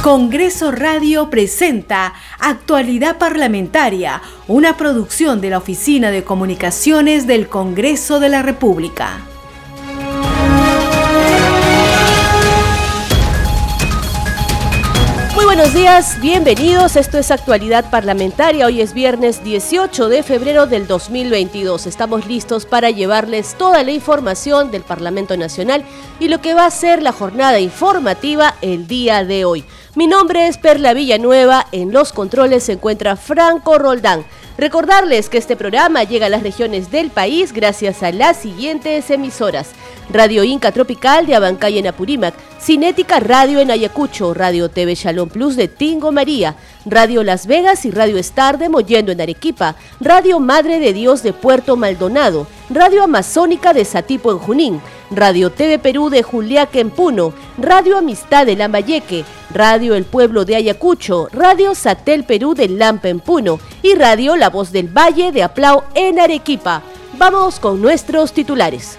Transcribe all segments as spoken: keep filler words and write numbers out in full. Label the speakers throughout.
Speaker 1: Congreso Radio presenta Actualidad Parlamentaria, una producción de la Oficina de Comunicaciones del Congreso de la República.
Speaker 2: Muy buenos días, bienvenidos, esto es Actualidad Parlamentaria, hoy es viernes dieciocho de febrero del dos mil veintidós. Estamos listos para llevarles toda la información del Parlamento Nacional y lo que va a ser la jornada informativa el día de hoy. Mi nombre es Perla Villanueva, en los controles se encuentra Franco Roldán. Recordarles que este programa llega a las regiones del país gracias a las siguientes emisoras: Radio Inca Tropical de Abancay en Apurímac, Cinética Radio en Ayacucho, Radio T V Shalom Plus de Tingo María, Radio Las Vegas y Radio Star de Mollendo en Arequipa, Radio Madre de Dios de Puerto Maldonado, Radio Amazónica de Satipo en Junín, Radio T V Perú de Juliaca en Puno, Radio Amistad de Lambayeque, Radio El Pueblo de Ayacucho, Radio Satel Perú de Lampa en Puno y Radio La Voz del Valle de Aplao en Arequipa. Vamos con nuestros titulares.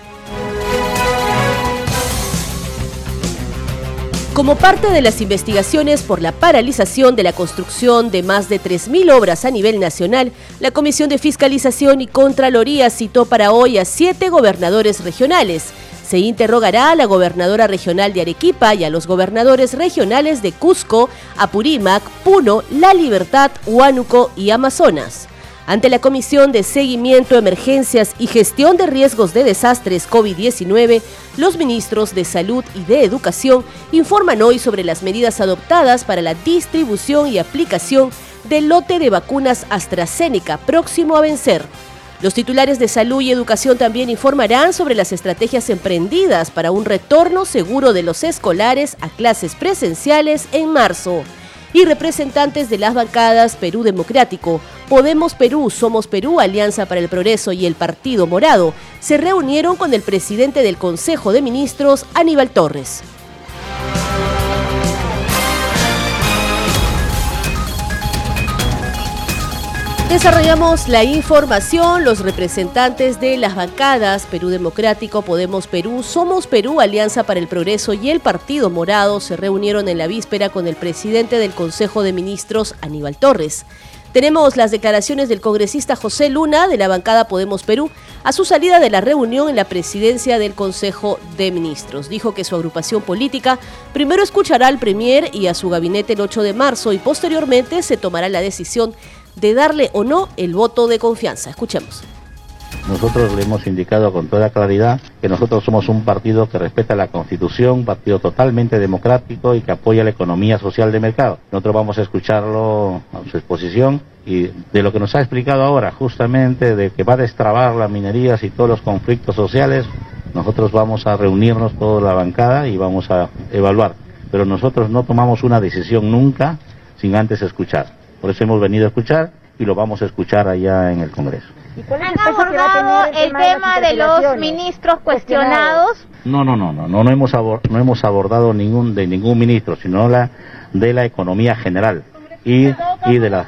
Speaker 2: Como parte de las investigaciones por la paralización de la construcción de más de tres mil obras a nivel nacional, la Comisión de Fiscalización y Contraloría citó para hoy a siete gobernadores regionales. Se interrogará a la gobernadora regional de Arequipa y a los gobernadores regionales de Cusco, Apurímac, Puno, La Libertad, Huánuco y Amazonas. Ante la Comisión de Seguimiento, Emergencias y Gestión de Riesgos de Desastres COVID diecinueve, los ministros de Salud y de Educación informan hoy sobre las medidas adoptadas para la distribución y aplicación del lote de vacunas AstraZeneca próximo a vencer. Los titulares de Salud y Educación también informarán sobre las estrategias emprendidas para un retorno seguro de los escolares a clases presenciales en marzo. Y representantes de las bancadas Perú Democrático, Podemos Perú, Somos Perú, Alianza para el Progreso y el Partido Morado se reunieron con el presidente del Consejo de Ministros, Aníbal Torres. Desarrollamos la información. Los representantes de las bancadas Perú Democrático, Podemos Perú, Somos Perú, Alianza para el Progreso y el Partido Morado se reunieron en la víspera con el presidente del Consejo de Ministros, Aníbal Torres. Tenemos las declaraciones del congresista José Luna de la bancada Podemos Perú a su salida de la reunión en la presidencia del Consejo de Ministros. Dijo que su agrupación política primero escuchará al premier y a su gabinete el ocho de marzo y posteriormente se tomará la decisión de darle o no el voto de confianza. Escuchemos.
Speaker 3: Nosotros le hemos indicado con toda claridad que nosotros somos un partido que respeta la Constitución, un partido totalmente democrático y que apoya la economía social de mercado. Nosotros vamos a escucharlo a su exposición y de lo que nos ha explicado ahora, justamente de que va a destrabar las minerías y todos los conflictos sociales, nosotros vamos a reunirnos toda la bancada y vamos a evaluar. Pero nosotros no tomamos una decisión nunca sin antes escuchar. Por eso hemos venido a escuchar y lo vamos a escuchar allá en el Congreso.
Speaker 4: ¿Y cuál es el peso que va a tener el, el tema de, de los ministros cuestionados?
Speaker 3: No, no, no, no, no, no hemos abord, no hemos abordado ningún de ningún ministro, sino la de la economía general y y de la.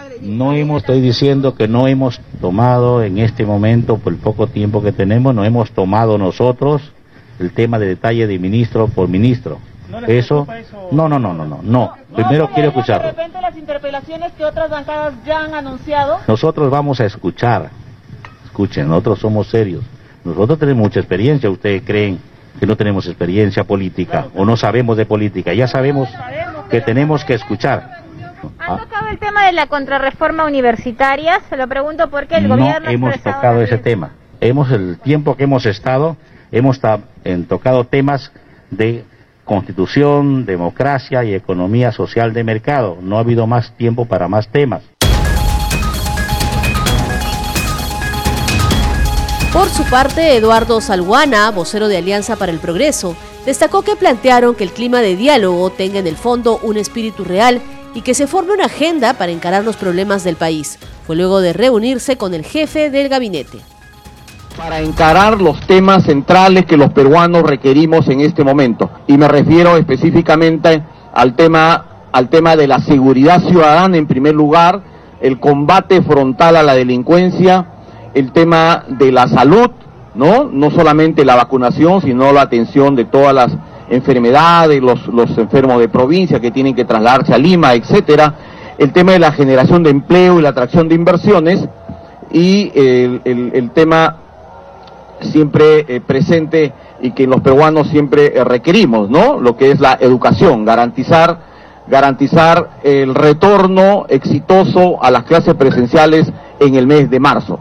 Speaker 3: No hemos, estoy diciendo que no hemos tomado en este momento, por el poco tiempo que tenemos, no hemos tomado nosotros el tema de detalle de ministro por ministro. ¿No eso, eso? No, no, no, no, no, no. Primero
Speaker 5: no,
Speaker 3: quiero escucharlo.
Speaker 5: De repente las interpelaciones que otras bancadas ya han anunciado.
Speaker 3: Nosotros vamos a escuchar. Escuchen, nosotros somos serios. Nosotros tenemos mucha experiencia. ¿Ustedes creen que no tenemos experiencia política claro, o no sabemos de política? Ya sabemos que tenemos que escuchar.
Speaker 4: ¿Han tocado el tema de la contrarreforma universitaria? Se lo pregunto porque el
Speaker 3: no
Speaker 4: gobierno...
Speaker 3: No hemos tocado ese tema. Hemos, el tiempo que hemos estado, hemos ta, en, tocado temas de Constitución, democracia y economía social de mercado. No ha habido más tiempo para más temas.
Speaker 2: Por su parte, Eduardo Salguana, vocero de Alianza para el Progreso, destacó que plantearon que el clima de diálogo tenga en el fondo un espíritu real y que se forme una agenda para encarar los problemas del país. Fue luego de reunirse con el jefe del gabinete.
Speaker 6: Para encarar los temas centrales que los peruanos requerimos en este momento. Y me refiero específicamente al tema, al tema de la seguridad ciudadana en primer lugar, el combate frontal a la delincuencia, el tema de la salud, ¿no? No solamente la vacunación, sino la atención de todas las enfermedades, los, los enfermos de provincia que tienen que trasladarse a Lima, etcétera, el tema de la generación de empleo y la atracción de inversiones, y el, el, el tema siempre eh, presente y que los peruanos siempre eh, requerimos, ¿no? Lo que es la educación, garantizar, garantizar el retorno exitoso a las clases presenciales en el mes de marzo.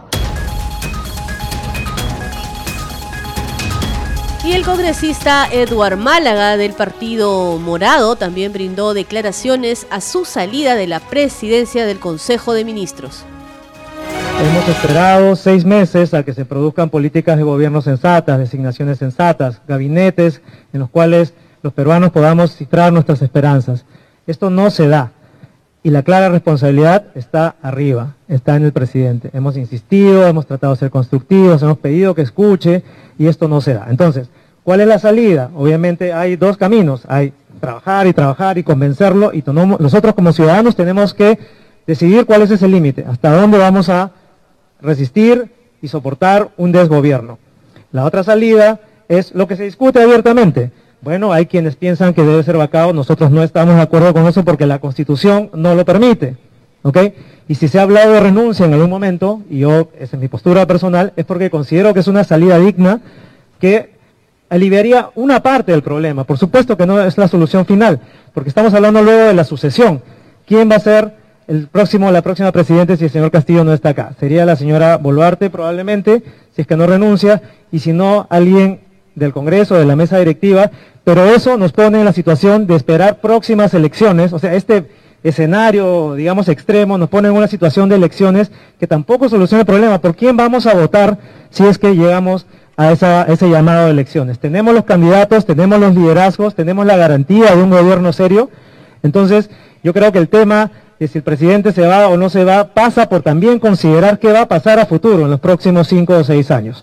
Speaker 2: Y el congresista Eduard Málaga del Partido Morado también brindó declaraciones a su salida de la presidencia del Consejo de Ministros.
Speaker 7: Hemos esperado seis meses a que se produzcan políticas de gobierno sensatas, designaciones sensatas, gabinetes en los cuales los peruanos podamos cifrar nuestras esperanzas. Esto no se da y la clara responsabilidad está arriba, está en el presidente. Hemos insistido, hemos tratado de ser constructivos, hemos pedido que escuche y esto no se da. Entonces, ¿cuál es la salida? Obviamente hay dos caminos, hay trabajar y trabajar y convencerlo, y nosotros como ciudadanos tenemos que decidir cuál es ese límite, hasta dónde vamos a resistir y soportar un desgobierno. La otra salida es lo que se discute abiertamente. Bueno, hay quienes piensan que debe ser vacado, nosotros no estamos de acuerdo con eso porque la Constitución no lo permite, ¿ok? Y si se ha hablado de renuncia en algún momento, y yo, esa es mi postura personal, es porque considero que es una salida digna que aliviaría una parte del problema. Por supuesto que no es la solución final, porque estamos hablando luego de la sucesión. ¿Quién va a ser el próximo, la próxima presidente si el señor Castillo no está acá? Sería la señora Boluarte probablemente, si es que no renuncia, y si no, alguien del Congreso, de la mesa directiva, pero eso nos pone en la situación de esperar próximas elecciones. O sea, este escenario, digamos, extremo, nos pone en una situación de elecciones que tampoco soluciona el problema. ¿Por quién vamos a votar si es que llegamos a esa, ese llamado de elecciones? Tenemos los candidatos, tenemos los liderazgos, tenemos la garantía de un gobierno serio. Entonces, yo creo que el tema de si el presidente se va o no se va, pasa por también considerar qué va a pasar a futuro en los próximos cinco o seis años.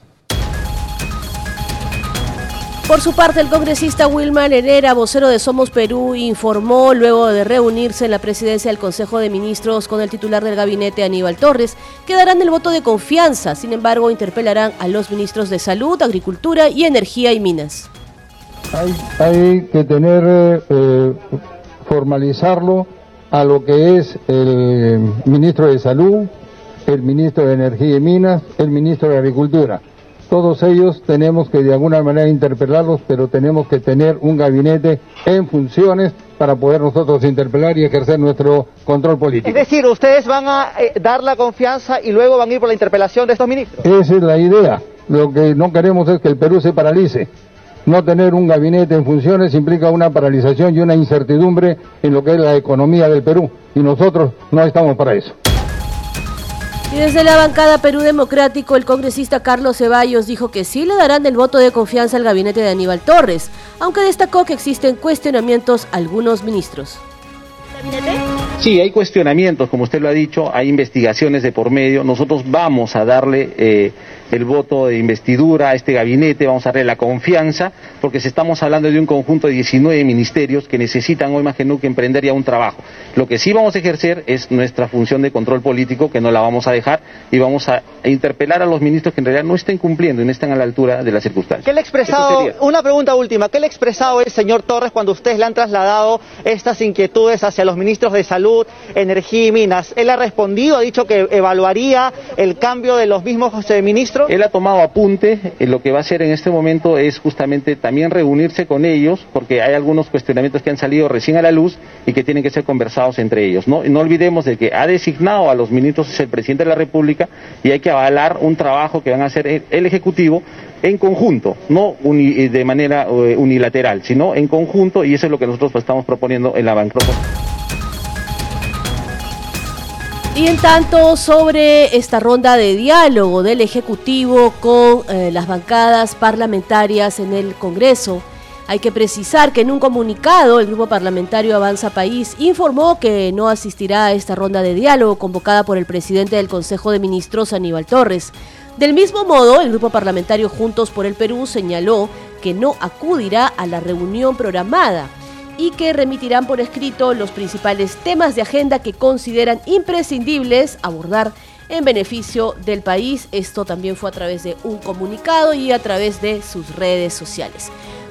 Speaker 2: Por su parte, el congresista Wilmar Herrera, vocero de Somos Perú, informó luego de reunirse en la presidencia del Consejo de Ministros con el titular del gabinete, Aníbal Torres, que darán el voto de confianza. Sin embargo, interpelarán a los ministros de Salud, Agricultura y Energía y Minas.
Speaker 8: Hay, hay que tener, eh, formalizarlo a lo que es el ministro de Salud, el ministro de Energía y Minas, el ministro de Agricultura. Todos ellos tenemos que de alguna manera interpelarlos, pero tenemos que tener un gabinete en funciones para poder nosotros interpelar y ejercer nuestro control político.
Speaker 9: Es decir, ustedes van a eh, dar la confianza y luego van a ir por la interpelación de estos ministros.
Speaker 8: Esa es la idea. Lo que no queremos es que el Perú se paralice. No tener un gabinete en funciones implica una paralización y una incertidumbre en lo que es la economía del Perú, y nosotros no estamos para eso.
Speaker 2: Y desde la bancada Perú Democrático, el congresista Carlos Ceballos dijo que sí le darán el voto de confianza al gabinete de Aníbal Torres, aunque destacó que existen cuestionamientos a algunos ministros.
Speaker 3: Sí, hay cuestionamientos, como usted lo ha dicho, hay investigaciones de por medio. Nosotros vamos a darle eh, el voto de investidura a este gabinete, vamos a darle la confianza, porque si estamos hablando de un conjunto de diecinueve ministerios que necesitan hoy más que nunca emprender ya un trabajo. Lo que sí vamos a ejercer es nuestra función de control político, que no la vamos a dejar, y vamos a interpelar a los ministros que en realidad no estén cumpliendo y no están a la altura de las circunstancias.
Speaker 9: ¿Qué le ha expresado, una pregunta última, qué le ha expresado el señor Torres cuando ustedes le han trasladado estas inquietudes hacia los ministros de Salud, Energía y Minas? ¿Él ha respondido, ha dicho que evaluaría el cambio de los mismos eh, ministros?
Speaker 3: Él ha tomado apunte, eh, lo que va a hacer en este momento es justamente también reunirse con ellos, porque hay algunos cuestionamientos que han salido recién a la luz y que tienen que ser conversados entre ellos. No, no olvidemos de que ha designado a los ministros el presidente de la República y hay que avalar un trabajo que van a hacer el, el Ejecutivo en conjunto, no uni, de manera uh, unilateral, sino en conjunto, y eso es lo que nosotros pues, estamos proponiendo en la bancada.
Speaker 2: Y en tanto, sobre esta ronda de diálogo del Ejecutivo con eh, las bancadas parlamentarias en el Congreso, hay que precisar que en un comunicado el Grupo Parlamentario Avanza País informó que no asistirá a esta ronda de diálogo convocada por el presidente del Consejo de Ministros, Aníbal Torres. Del mismo modo, el Grupo Parlamentario Juntos por el Perú señaló que no acudirá a la reunión programada y que remitirán por escrito los principales temas de agenda que consideran imprescindibles abordar en beneficio del país. Esto también fue a través de un comunicado y a través de sus redes sociales.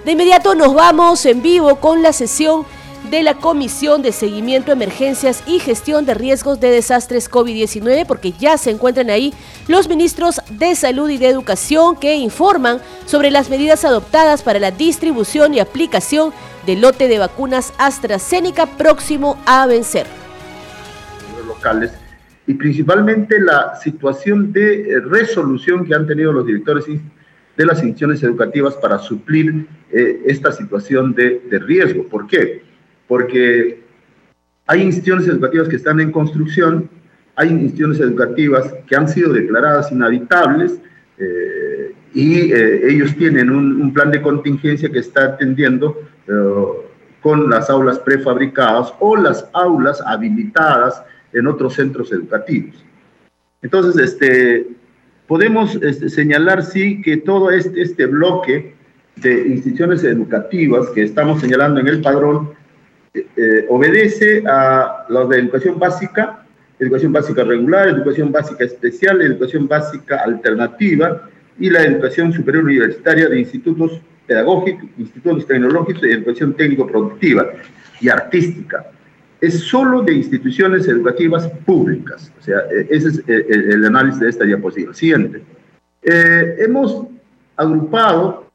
Speaker 2: De inmediato nos vamos en vivo con la sesión de la Comisión de Seguimiento, Emergencias y Gestión de Riesgos de Desastres COVID diecinueve, porque ya se encuentran ahí los ministros de Salud y de Educación que informan sobre las medidas adoptadas para la distribución y aplicación del lote de vacunas AstraZeneca próximo a vencer.
Speaker 10: Locales y principalmente la situación de resolución que han tenido los directores de las instituciones educativas para suplir eh, esta situación de, de riesgo. ¿Por qué? Porque hay instituciones educativas que están en construcción, hay instituciones educativas que han sido declaradas inhabitables eh, y eh, ellos tienen un, un plan de contingencia que está atendiendo eh, con las aulas prefabricadas o las aulas habilitadas en otros centros educativos. Entonces, este, podemos este, señalar, sí, que todo este, este bloque de instituciones educativas que estamos señalando en el padrón Eh, obedece a los de educación básica, educación básica regular, educación básica especial, educación básica alternativa y la educación superior universitaria de institutos pedagógicos, institutos tecnológicos y educación técnico-productiva y artística. Es solo de instituciones educativas públicas. O sea, ese es el, el análisis de esta diapositiva. Siguiente. Eh, hemos agrupado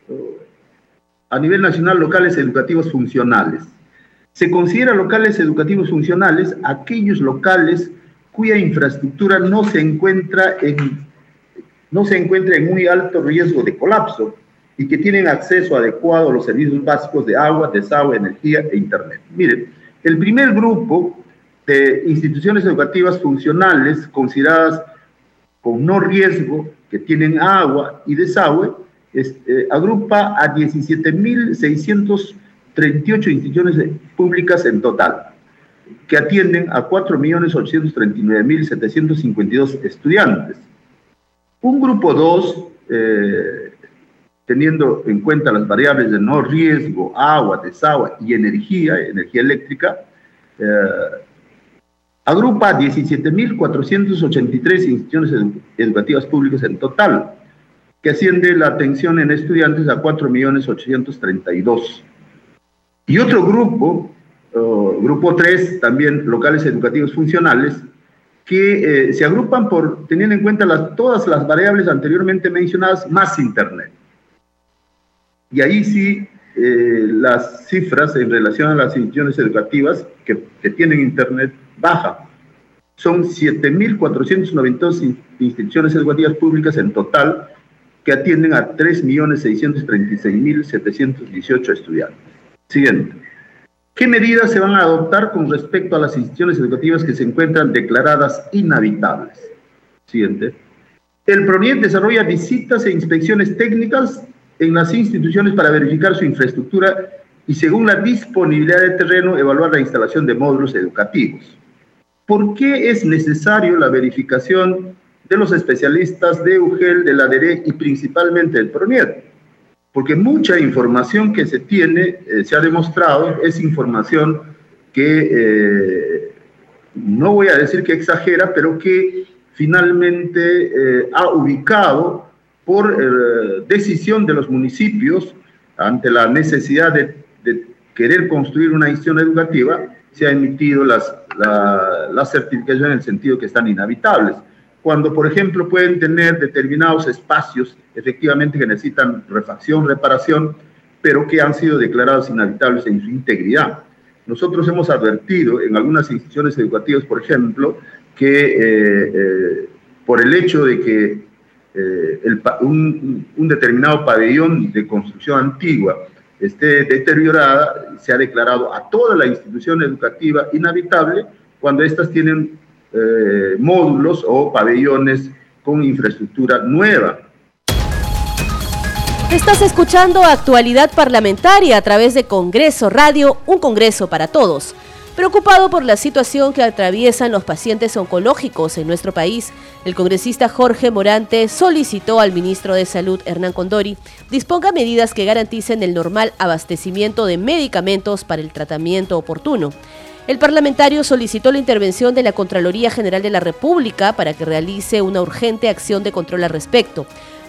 Speaker 10: a nivel nacional locales educativos funcionales. Se considera locales educativos funcionales aquellos locales cuya infraestructura no se encuentra en, no se encuentra en muy alto riesgo de colapso y que tienen acceso adecuado a los servicios básicos de agua, desagüe, energía e internet. Miren, el primer grupo de instituciones educativas funcionales consideradas con no riesgo, que tienen agua y desagüe, es, eh, agrupa a diecisiete mil seiscientos treinta y ocho instituciones públicas en total, que atienden a cuatro millones ochocientos treinta y nueve mil setecientos cincuenta y dos estudiantes. Un grupo dos, eh, teniendo en cuenta las variables de no riesgo, agua, desagüe y energía, energía eléctrica, eh, agrupa a diecisiete mil cuatrocientos ochenta y tres instituciones edu educativas públicas en total, que asciende la atención en estudiantes a cuatro millones ochocientos treinta y dos. Y otro grupo, uh, grupo tres, también locales educativos funcionales, que eh, se agrupan por teniendo en cuenta las, todas las variables anteriormente mencionadas, más Internet. Y ahí sí, eh, las cifras en relación a las instituciones educativas que, que tienen Internet bajan. Son siete mil cuatrocientas noventa y dos instituciones educativas públicas en total, que atienden a tres millones seiscientos treinta y seis mil setecientos dieciocho estudiantes. Siguiente. ¿Qué medidas se van a adoptar con respecto a las instituciones educativas que se encuentran declaradas inhabitables? Siguiente. El PRONIET desarrolla visitas e inspecciones técnicas en las instituciones para verificar su infraestructura y, según la disponibilidad de terreno, evaluar la instalación de módulos educativos. ¿Por qué es necesario la verificación de los especialistas de UGEL, de la D E R E y principalmente del PRONIET? Porque mucha información que se tiene, eh, se ha demostrado, es información que, eh, no voy a decir que exagera, pero que finalmente eh, ha ubicado por eh, decisión de los municipios, ante la necesidad de, de querer construir una institución educativa, se ha emitido las, la, las certificaciones en el sentido que están inhabitables. Cuando, por ejemplo, pueden tener determinados espacios, efectivamente, que necesitan refacción, reparación, pero que han sido declarados inhabitables en su integridad. Nosotros hemos advertido en algunas instituciones educativas, por ejemplo, que eh, eh, por el hecho de que eh, el, un, un determinado pabellón de construcción antigua esté deteriorada, se ha declarado a toda la institución educativa inhabitable cuando éstas tienen Eh, módulos o pabellones con infraestructura nueva.
Speaker 2: Estás escuchando Actualidad Parlamentaria a través de Congreso Radio, un Congreso para todos. Preocupado por la situación que atraviesan los pacientes oncológicos en nuestro país, el congresista Jorge Morante solicitó al ministro de Salud, Hernán Condori, disponga medidas que garanticen el normal abastecimiento de medicamentos para el tratamiento oportuno. El parlamentario solicitó la intervención de la Contraloría General de la República para que realice una urgente acción de control al respecto.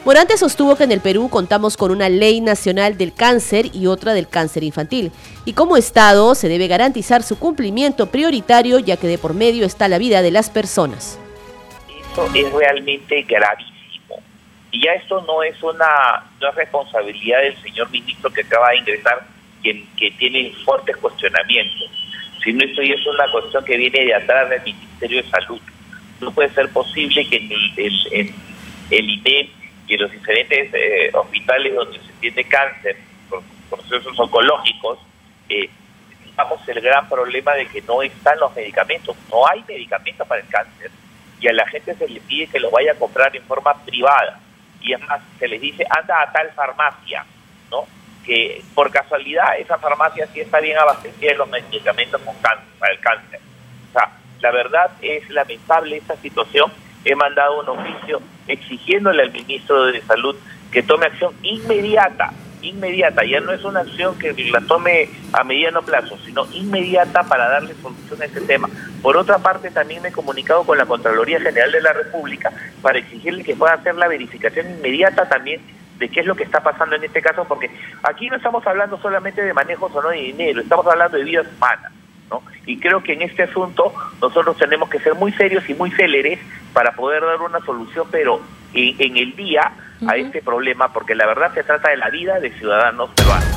Speaker 2: Morante sostuvo que en el Perú contamos con una ley nacional del cáncer y otra del cáncer infantil, y como Estado se debe garantizar su cumplimiento prioritario, ya que de por medio está la vida de las personas.
Speaker 11: Eso es realmente gravísimo, y ya esto no es una, no es responsabilidad del señor ministro que acaba de ingresar, quien que tiene fuertes cuestionamientos, sino esto ya es una cuestión que viene de atrás del Ministerio de Salud. No puede ser posible que en el, el, en el I N E y en los diferentes eh, hospitales donde se atiende cáncer, por procesos oncológicos, eh, tengamos el gran problema de que no están los medicamentos. No hay medicamentos para el cáncer y a la gente se le pide que lo vaya a comprar en forma privada. Y es más, se les dice, anda a tal farmacia, ¿no? Que por casualidad esa farmacia sí está bien abastecida de los medicamentos con cáncer, para el cáncer. O sea, la verdad es lamentable esta situación. He mandado un oficio exigiéndole al ministro de Salud que tome acción inmediata, inmediata, ya no es una acción que la tome a mediano plazo, sino inmediata para darle solución a este tema. Por otra parte, también me he comunicado con la Contraloría General de la República para exigirle que pueda hacer la verificación inmediata también de qué es lo que está pasando en este caso, porque aquí no estamos hablando solamente de manejos o no de dinero, estamos hablando de vidas humanas, ¿no? Y creo que en este asunto nosotros tenemos que ser muy serios y muy céleres para poder dar una solución, pero en, en el día uh-huh. a este problema, porque la verdad se trata de la vida de ciudadanos peruanos.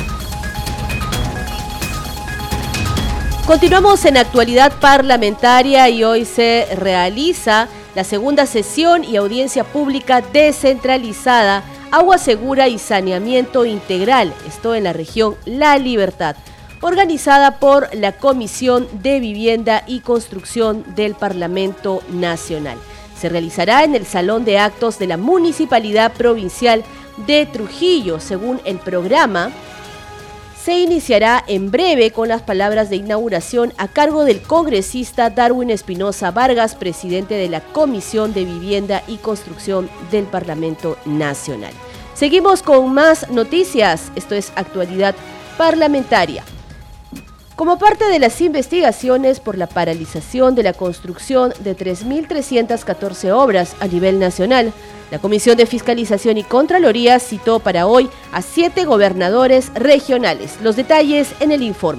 Speaker 2: Continuamos en actualidad parlamentaria y hoy se realiza la segunda sesión y audiencia pública descentralizada, agua segura y saneamiento integral, esto en la región La Libertad, organizada por la Comisión de Vivienda y Construcción del Parlamento Nacional. Se realizará en el Salón de Actos de la Municipalidad Provincial de Trujillo. Según el programa, se iniciará en breve con las palabras de inauguración a cargo del congresista Darwin Espinosa Vargas, presidente de la Comisión de Vivienda y Construcción del Parlamento Nacional. Seguimos con más noticias. Esto es actualidad parlamentaria. Como parte de las investigaciones por la paralización de la construcción de tres mil trescientas catorce obras a nivel nacional, la Comisión de Fiscalización y Contraloría citó para hoy a siete gobernadores regionales. Los detalles en el informe.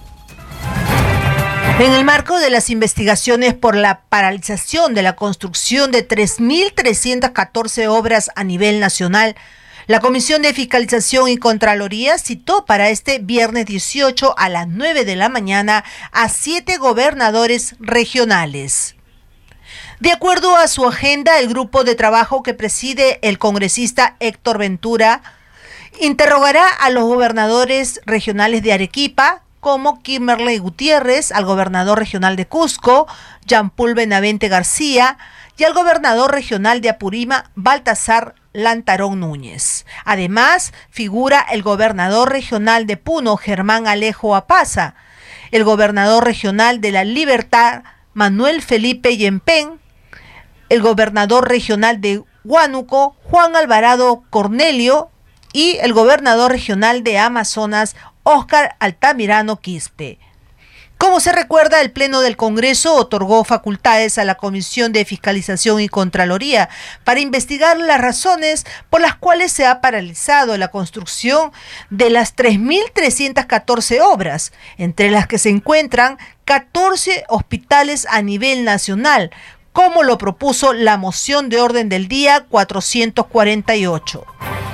Speaker 12: En el marco de las investigaciones por la paralización de la construcción de tres mil trescientas catorce obras a nivel nacional, la Comisión de Fiscalización y Contraloría citó para este viernes dieciocho a las nueve de la mañana a siete gobernadores regionales. De acuerdo a su agenda, el grupo de trabajo que preside el congresista Héctor Ventura interrogará a los gobernadores regionales de Arequipa, como Kimberley Gutiérrez, al gobernador regional de Cusco, Jean-Paul Benavente García, y al gobernador regional de Apurímac, Baltasar Lantarón Núñez. Además, figura el gobernador regional de Puno, Germán Alejo Apaza, el gobernador regional de La Libertad, Manuel Felipe Yempén, el gobernador regional de Huánuco, Juan Alvarado Cornelio, y el gobernador regional de Amazonas, Óscar Altamirano Quispe. Como se recuerda, el Pleno del Congreso otorgó facultades a la Comisión de Fiscalización y Contraloría para investigar las razones por las cuales se ha paralizado la construcción de las tres mil trescientas catorce obras, entre las que se encuentran catorce hospitales a nivel nacional, como lo propuso la moción de orden del día cuatrocientos cuarenta y ocho.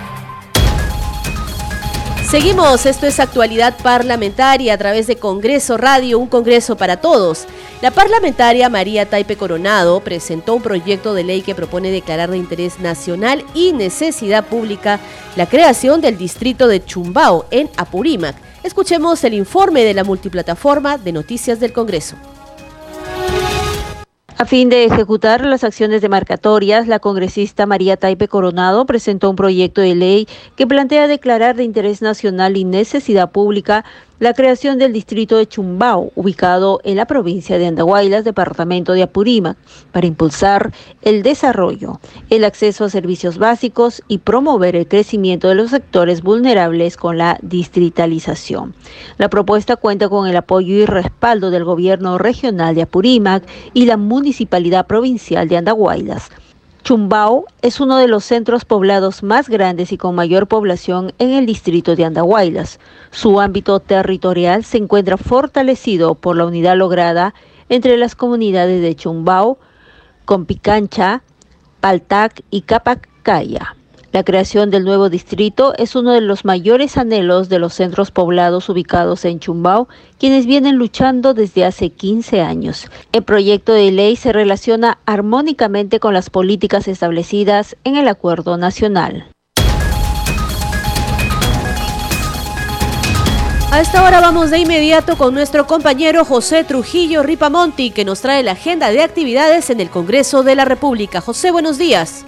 Speaker 2: Seguimos, esto es actualidad parlamentaria a través de Congreso Radio, un Congreso para todos. La parlamentaria María Taipe Coronado presentó un proyecto de ley que propone declarar de interés nacional y necesidad pública la creación del distrito de Chumbao en Apurímac. Escuchemos el informe de la multiplataforma de noticias del Congreso.
Speaker 13: A fin de ejecutar las acciones demarcatorias, la congresista María Taipe Coronado presentó un proyecto de ley que plantea declarar de interés nacional y necesidad pública la creación del distrito de Chumbao, ubicado en la provincia de Andahuaylas, departamento de Apurímac, para impulsar el desarrollo, el acceso a servicios básicos y promover el crecimiento de los sectores vulnerables con la distritalización. La propuesta cuenta con el apoyo y respaldo del gobierno regional de Apurímac y la Municipalidad Provincial de Andahuaylas. Chumbao es uno de los centros poblados más grandes y con mayor población en el distrito de Andahuaylas. Su ámbito territorial se encuentra fortalecido por la unidad lograda entre las comunidades de Chumbao, Compicancha, Paltac y Capacaya. La creación del nuevo distrito es uno de los mayores anhelos de los centros poblados ubicados en Chumbao, quienes vienen luchando desde hace quince años. El proyecto de ley se relaciona armónicamente con las políticas establecidas en el Acuerdo Nacional.
Speaker 2: A esta hora vamos de inmediato con nuestro compañero José Trujillo Ripamonti, que nos trae la agenda de actividades en el Congreso de la República. José, buenos días.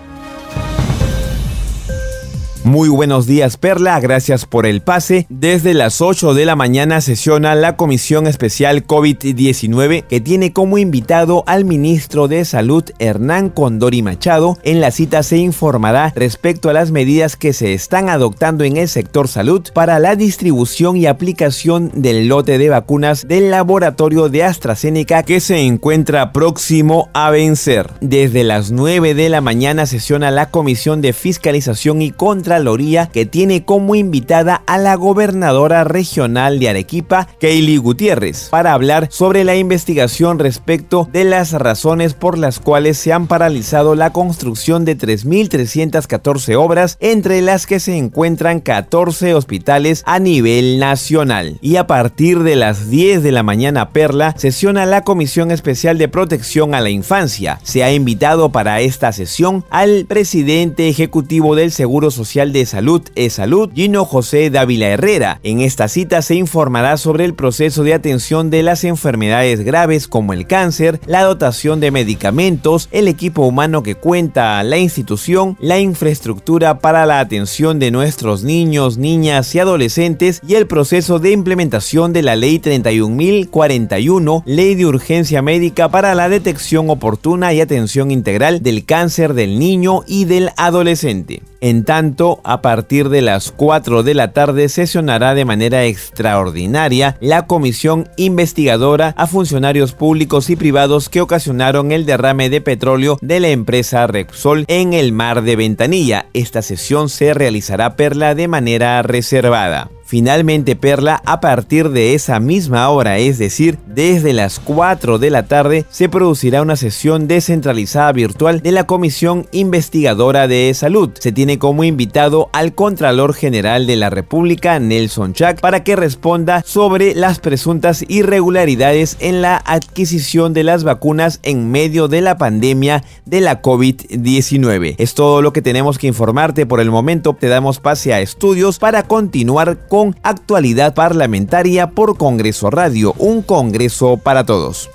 Speaker 14: Muy buenos días, Perla, gracias por el pase. Desde las ocho de la mañana sesiona la Comisión Especial COVID diecinueve, que tiene como invitado al ministro de Salud, Hernán Condori Machado. En la cita se informará respecto a las medidas que se están adoptando en el sector salud para la distribución y aplicación del lote de vacunas del laboratorio de AstraZeneca, que se encuentra próximo a vencer. Desde las nueve de la mañana sesiona la Comisión de Fiscalización y Control Contraloría, que tiene como invitada a la gobernadora regional de Arequipa, Keili Gutiérrez, para hablar sobre la investigación respecto de las razones por las cuales se han paralizado la construcción de tres mil trescientas catorce obras, entre las que se encuentran catorce hospitales a nivel nacional. Y a partir de las diez de la mañana, Perla, sesiona la Comisión Especial de Protección a la Infancia. Se ha invitado para esta sesión al presidente ejecutivo del Seguro Social de Salud, E-Salud, Gino José Dávila Herrera. En esta cita se informará sobre el proceso de atención de las enfermedades graves como el cáncer, la dotación de medicamentos, el equipo humano que cuenta la institución, la infraestructura para la atención de nuestros niños, niñas y adolescentes y el proceso de implementación de la Ley treinta y un mil cuarenta y uno, Ley de Urgencia Médica para la detección oportuna y atención integral del cáncer del niño y del adolescente. En tanto, a partir de las cuatro de la tarde sesionará de manera extraordinaria la comisión investigadora a funcionarios públicos y privados que ocasionaron el derrame de petróleo de la empresa Repsol en el mar de Ventanilla. Esta sesión se realizará, Perla, de manera reservada. Finalmente, Perla, a partir de esa misma hora, es decir, desde las cuatro de la tarde, se producirá una sesión descentralizada virtual de la Comisión Investigadora de Salud. Se tiene como invitado al Contralor General de la República, Nelson Chac, para que responda sobre las presuntas irregularidades en la adquisición de las vacunas en medio de la pandemia de la COVID diecinueve. Es todo lo que tenemos que informarte por el momento. Te damos pase a estudios para continuar con actualidad parlamentaria por Congreso Radio, un Congreso para todos.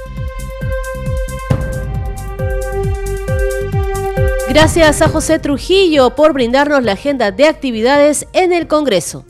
Speaker 2: Gracias a José Trujillo por brindarnos la agenda de actividades en el Congreso.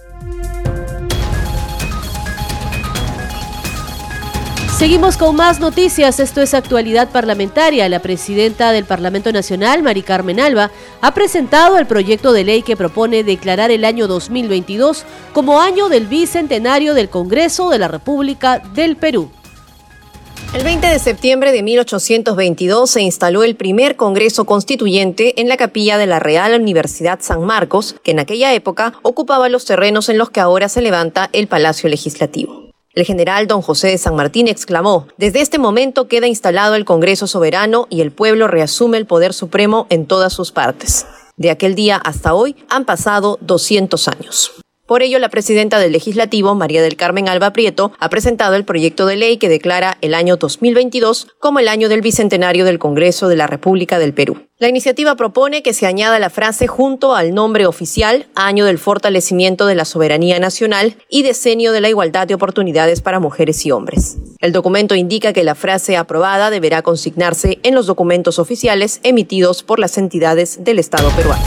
Speaker 2: Seguimos con más noticias. Esto es Actualidad Parlamentaria. La presidenta del Parlamento Nacional, Mari Carmen Alba, ha presentado el proyecto de ley que propone declarar el año dos mil veintidós como año del bicentenario del Congreso de la República del Perú.
Speaker 15: El veinte de septiembre de mil ochocientos veintidós se instaló el primer Congreso Constituyente en la capilla de la Real Universidad San Marcos, que en aquella época ocupaba los terrenos en los que ahora se levanta el Palacio Legislativo. El general don José de San Martín exclamó: desde este momento queda instalado el Congreso soberano y el pueblo reasume el poder supremo en todas sus partes. De aquel día hasta hoy han pasado doscientos años. Por ello, la presidenta del Legislativo, María del Carmen Alba Prieto, ha presentado el proyecto de ley que declara el año dos mil veintidós como el año del bicentenario del Congreso de la República del Perú. La iniciativa propone que se añada la frase junto al nombre oficial, año del fortalecimiento de la soberanía nacional y decenio de la igualdad de oportunidades para mujeres y hombres. El documento indica que la frase aprobada deberá consignarse en los documentos oficiales emitidos por las entidades del Estado peruano.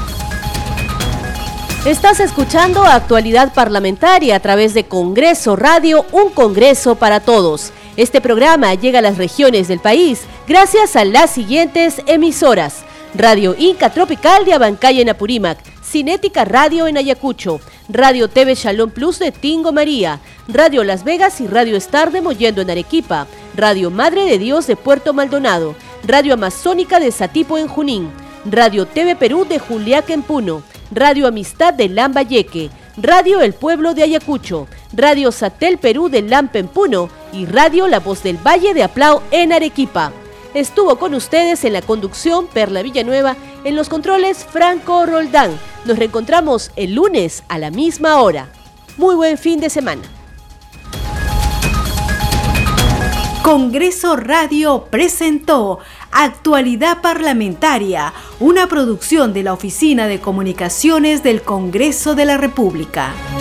Speaker 2: Estás escuchando Actualidad Parlamentaria a través de Congreso Radio, un Congreso para todos. Este programa llega a las regiones del país gracias a las siguientes emisoras: Radio Inca Tropical de Abancay en Apurímac, Cinética Radio en Ayacucho, Radio T V Shalom Plus de Tingo María, Radio Las Vegas y Radio Star de Mollendo en Arequipa, Radio Madre de Dios de Puerto Maldonado, Radio Amazónica de Satipo en Junín, Radio T V Perú de Juliaca en Puno, Radio Amistad de Lambayeque, Radio El Pueblo de Ayacucho, Radio Satel Perú de Lampa en Puno y Radio La Voz del Valle de Aplao en Arequipa. Estuvo con ustedes en la conducción Perla Villanueva, en los controles Franco Roldán. Nos reencontramos el lunes a la misma hora. Muy buen fin de semana.
Speaker 1: Congreso Radio presentó Actualidad Parlamentaria, una producción de la Oficina de Comunicaciones del Congreso de la República.